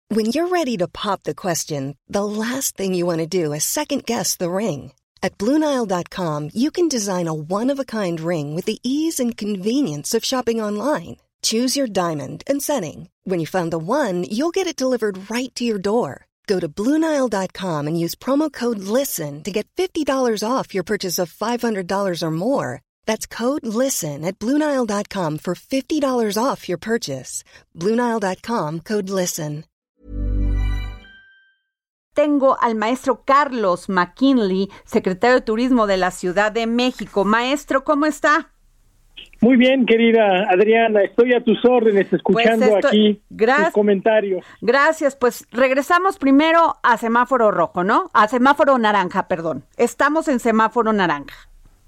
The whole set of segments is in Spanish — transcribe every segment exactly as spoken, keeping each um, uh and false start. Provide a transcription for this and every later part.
When you're ready to pop the question, the last thing you want to do is second-guess the ring. At Blue Nile dot com, you can design a one-of-a-kind ring with the ease and convenience of shopping online. Choose your diamond and setting. When you find the one, you'll get it delivered right to your door. Go to Blue Nile dot com and use promo code LISTEN to get fifty dollars off your purchase of five hundred dollars or more. That's code LISTEN at Blue Nile dot com for fifty dollars off your purchase. Blue Nile dot com, code LISTEN. Tengo al maestro Carlos McKinley, secretario de Turismo de la Ciudad de México. Maestro, ¿cómo está? Muy bien, querida Adriana, estoy a tus órdenes escuchando pues esto, aquí gracias, tus comentarios. Gracias, pues regresamos primero a semáforo rojo, ¿no? A semáforo naranja, perdón. Estamos en semáforo naranja.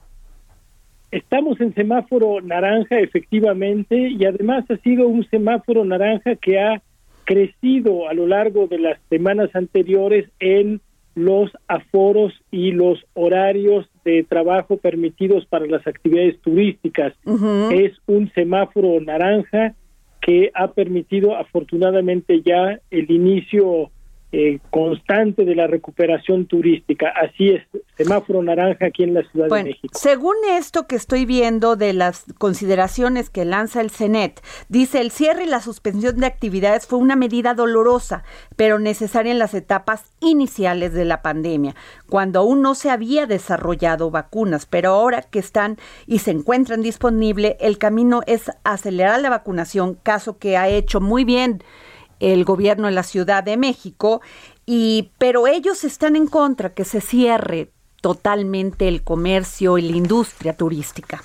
Estamos en semáforo naranja, efectivamente, y además ha sido un semáforo naranja que ha crecido a lo largo de las semanas anteriores en los aforos y los horarios de trabajo permitidos para las actividades turísticas. Uh-huh. Es un semáforo naranja que ha permitido afortunadamente ya el inicio eh, constante de la recuperación turística. Así es, semáforo naranja aquí en la Ciudad bueno, de México. Según esto que estoy viendo de las consideraciones que lanza el CENET, dice el cierre y la suspensión de actividades fue una medida dolorosa, pero necesaria en las etapas iniciales de la pandemia, cuando aún no se había desarrollado vacunas, pero ahora que están y se encuentran disponibles, el camino es acelerar la vacunación, caso que ha hecho muy bien el gobierno de la Ciudad de México, y pero ellos están en contra que se cierre totalmente el comercio y la industria turística.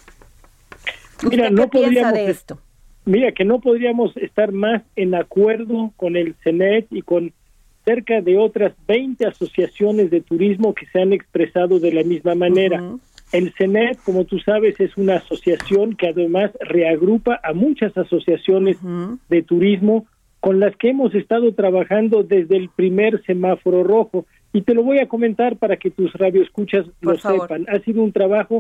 Mira, no ¿Qué piensa de es, esto? Mira, que no podríamos estar más en acuerdo con el CENET y con cerca de otras veinte asociaciones de turismo que se han expresado de la misma manera. Uh-huh. El CENET, como tú sabes, es una asociación que además reagrupa a muchas asociaciones uh-huh. de turismo con las que hemos estado trabajando desde el primer semáforo rojo. Y te lo voy a comentar para que tus radioescuchas Por lo favor. sepan. Ha sido un trabajo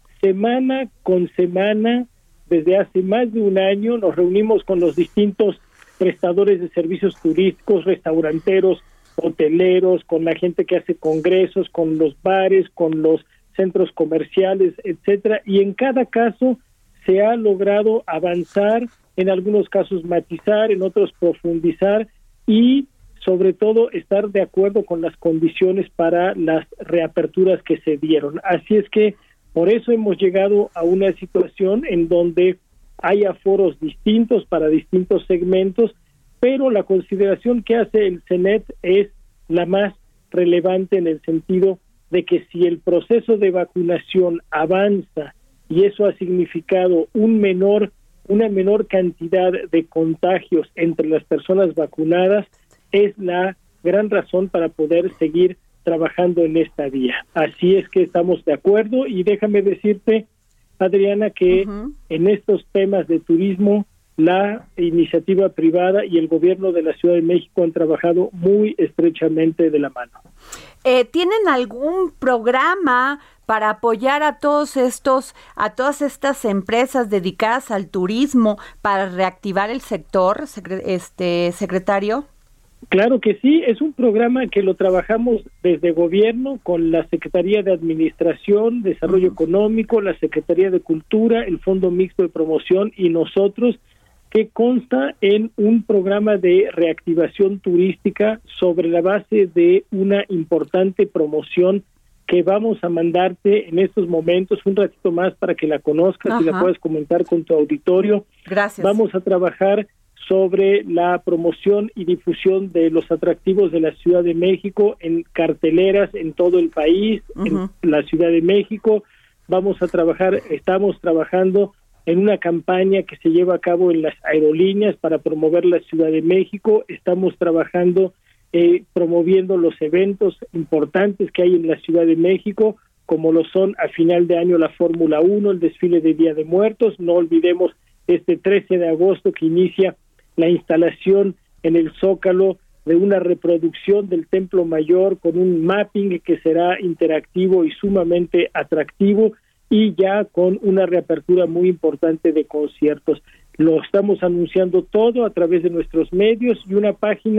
semana con semana, desde hace más de un año. Nos reunimos con los distintos prestadores de servicios turísticos, restauranteros, hoteleros, con la gente que hace congresos, con los bares, con los centros comerciales, etcétera. Y en cada caso se ha logrado avanzar, en algunos casos matizar, en otros profundizar y sobre todo estar de acuerdo con las condiciones para las reaperturas que se dieron. Así es que por eso hemos llegado a una situación en donde hay aforos distintos para distintos segmentos, pero la consideración que hace el CENET es la más relevante en el sentido de que si el proceso de vacunación avanza y eso ha significado un menor una menor cantidad de contagios entre las personas vacunadas, es la gran razón para poder seguir trabajando en esta vía. Así es que estamos de acuerdo y déjame decirte, Adriana, que uh-huh. en estos temas de turismo, la iniciativa privada y el gobierno de la Ciudad de México han trabajado muy estrechamente de la mano. Eh, ¿Tienen algún programa para apoyar a todos estos, a todas estas empresas dedicadas al turismo para reactivar el sector, secre- este secretario? Claro que sí, es un programa que lo trabajamos desde gobierno con la Secretaría de Administración, Desarrollo uh-huh. Económico, la Secretaría de Cultura, el Fondo Mixto de Promoción y nosotros, que consta en un programa de reactivación turística sobre la base de una importante promoción que vamos a mandarte en estos momentos, un ratito más para que la conozcas Ajá. y la puedas comentar con tu auditorio. Gracias. Vamos a trabajar sobre la promoción y difusión de los atractivos de la Ciudad de México en carteleras en todo el país, uh-huh. en la Ciudad de México. Vamos a trabajar, estamos trabajando en una campaña que se lleva a cabo en las aerolíneas para promover la Ciudad de México. Estamos trabajando eh, promoviendo los eventos importantes que hay en la Ciudad de México, como lo son a final de año la Fórmula uno, el desfile de Día de Muertos. No olvidemos este trece de agosto que inicia la instalación en el Zócalo de una reproducción del Templo Mayor con un mapping que será interactivo y sumamente atractivo, y ya con una reapertura muy importante de conciertos. Lo estamos anunciando todo a través de nuestros medios y una página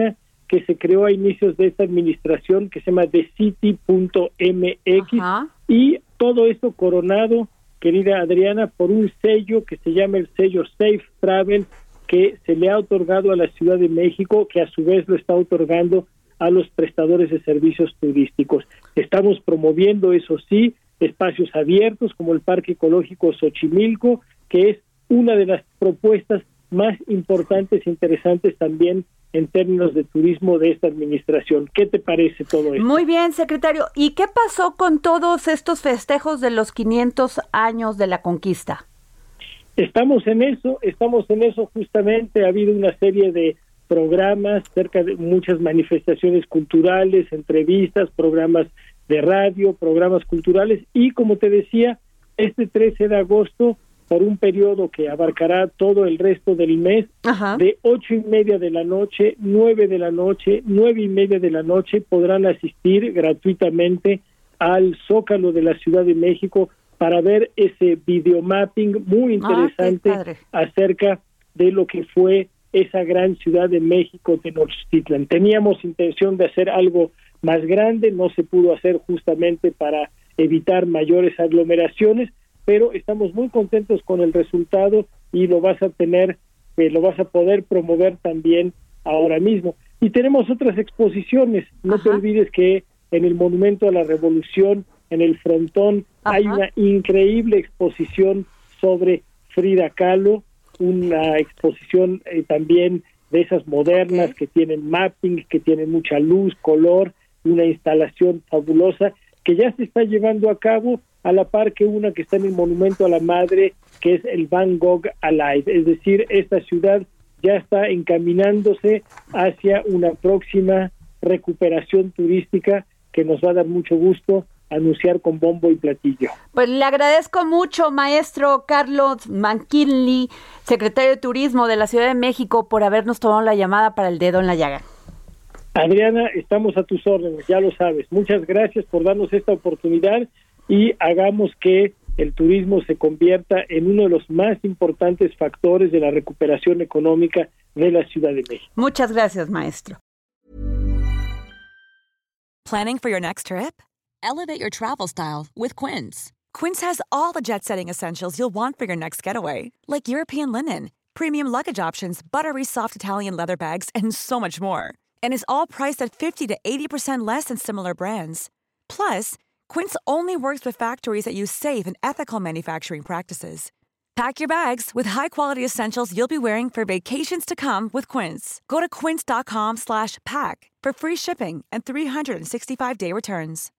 que se creó a inicios de esta administración, que se llama The City punto M X, Ajá. y todo esto coronado, querida Adriana, por un sello que se llama el sello Safe Travel, que se le ha otorgado a la Ciudad de México, que a su vez lo está otorgando a los prestadores de servicios turísticos. Estamos promoviendo, eso sí, espacios abiertos como el Parque Ecológico Xochimilco, que es una de las propuestas más importantes e interesantes también en términos de turismo de esta administración. ¿Qué te parece todo esto? Muy bien, secretario. ¿Y qué pasó con todos estos festejos de los quinientos años de la conquista? Estamos en eso, estamos en eso justamente. Ha habido una serie de programas, cerca de muchas manifestaciones culturales, entrevistas, programas de radio, programas culturales, y como te decía, este trece de agosto, por un periodo que abarcará todo el resto del mes, Ajá. de ocho y media de la noche, nueve de la noche, nueve y media de la noche, podrán asistir gratuitamente al Zócalo de la Ciudad de México para ver ese videomapping muy interesante ah, acerca de lo que fue esa gran Ciudad de México, Tenochtitlan. Teníamos intención de hacer algo más grande, no se pudo hacer justamente para evitar mayores aglomeraciones, pero estamos muy contentos con el resultado y lo vas a tener, eh, lo vas a poder promover también ahora mismo. Y tenemos otras exposiciones, no Ajá. te olvides que en el Monumento a la Revolución, en el frontón, Ajá. hay una increíble exposición sobre Frida Kahlo, una exposición eh, también de esas modernas okay. que tienen mapping, que tienen mucha luz, color, una instalación fabulosa que ya se está llevando a cabo, a la par que una que está en el Monumento a la Madre, que es el Van Gogh Alive. Es decir, esta ciudad ya está encaminándose hacia una próxima recuperación turística que nos va a dar mucho gusto anunciar con bombo y platillo. Pues le agradezco mucho, maestro Carlos McKinley, secretario de Turismo de la Ciudad de México, por habernos tomado la llamada para el Dedo en la Llaga. Adriana, estamos a tus órdenes, ya lo sabes. Muchas gracias por darnos esta oportunidad y hagamos que el turismo se convierta en uno de los más importantes factores de la recuperación económica de la Ciudad de México. Muchas gracias, maestro. Planning for your next trip? Elevate your travel style with Quince. Quince has all the jet-setting essentials you'll want for your next getaway, like European linen, premium luggage options, buttery soft Italian leather bags, and so much more. And is all priced at fifty to eighty percent less than similar brands. Plus, Quince only works with factories that use safe and ethical manufacturing practices. Pack your bags with high-quality essentials you'll be wearing for vacations to come with Quince. Go to quince.com slash pack for free shipping and three sixty-five day returns.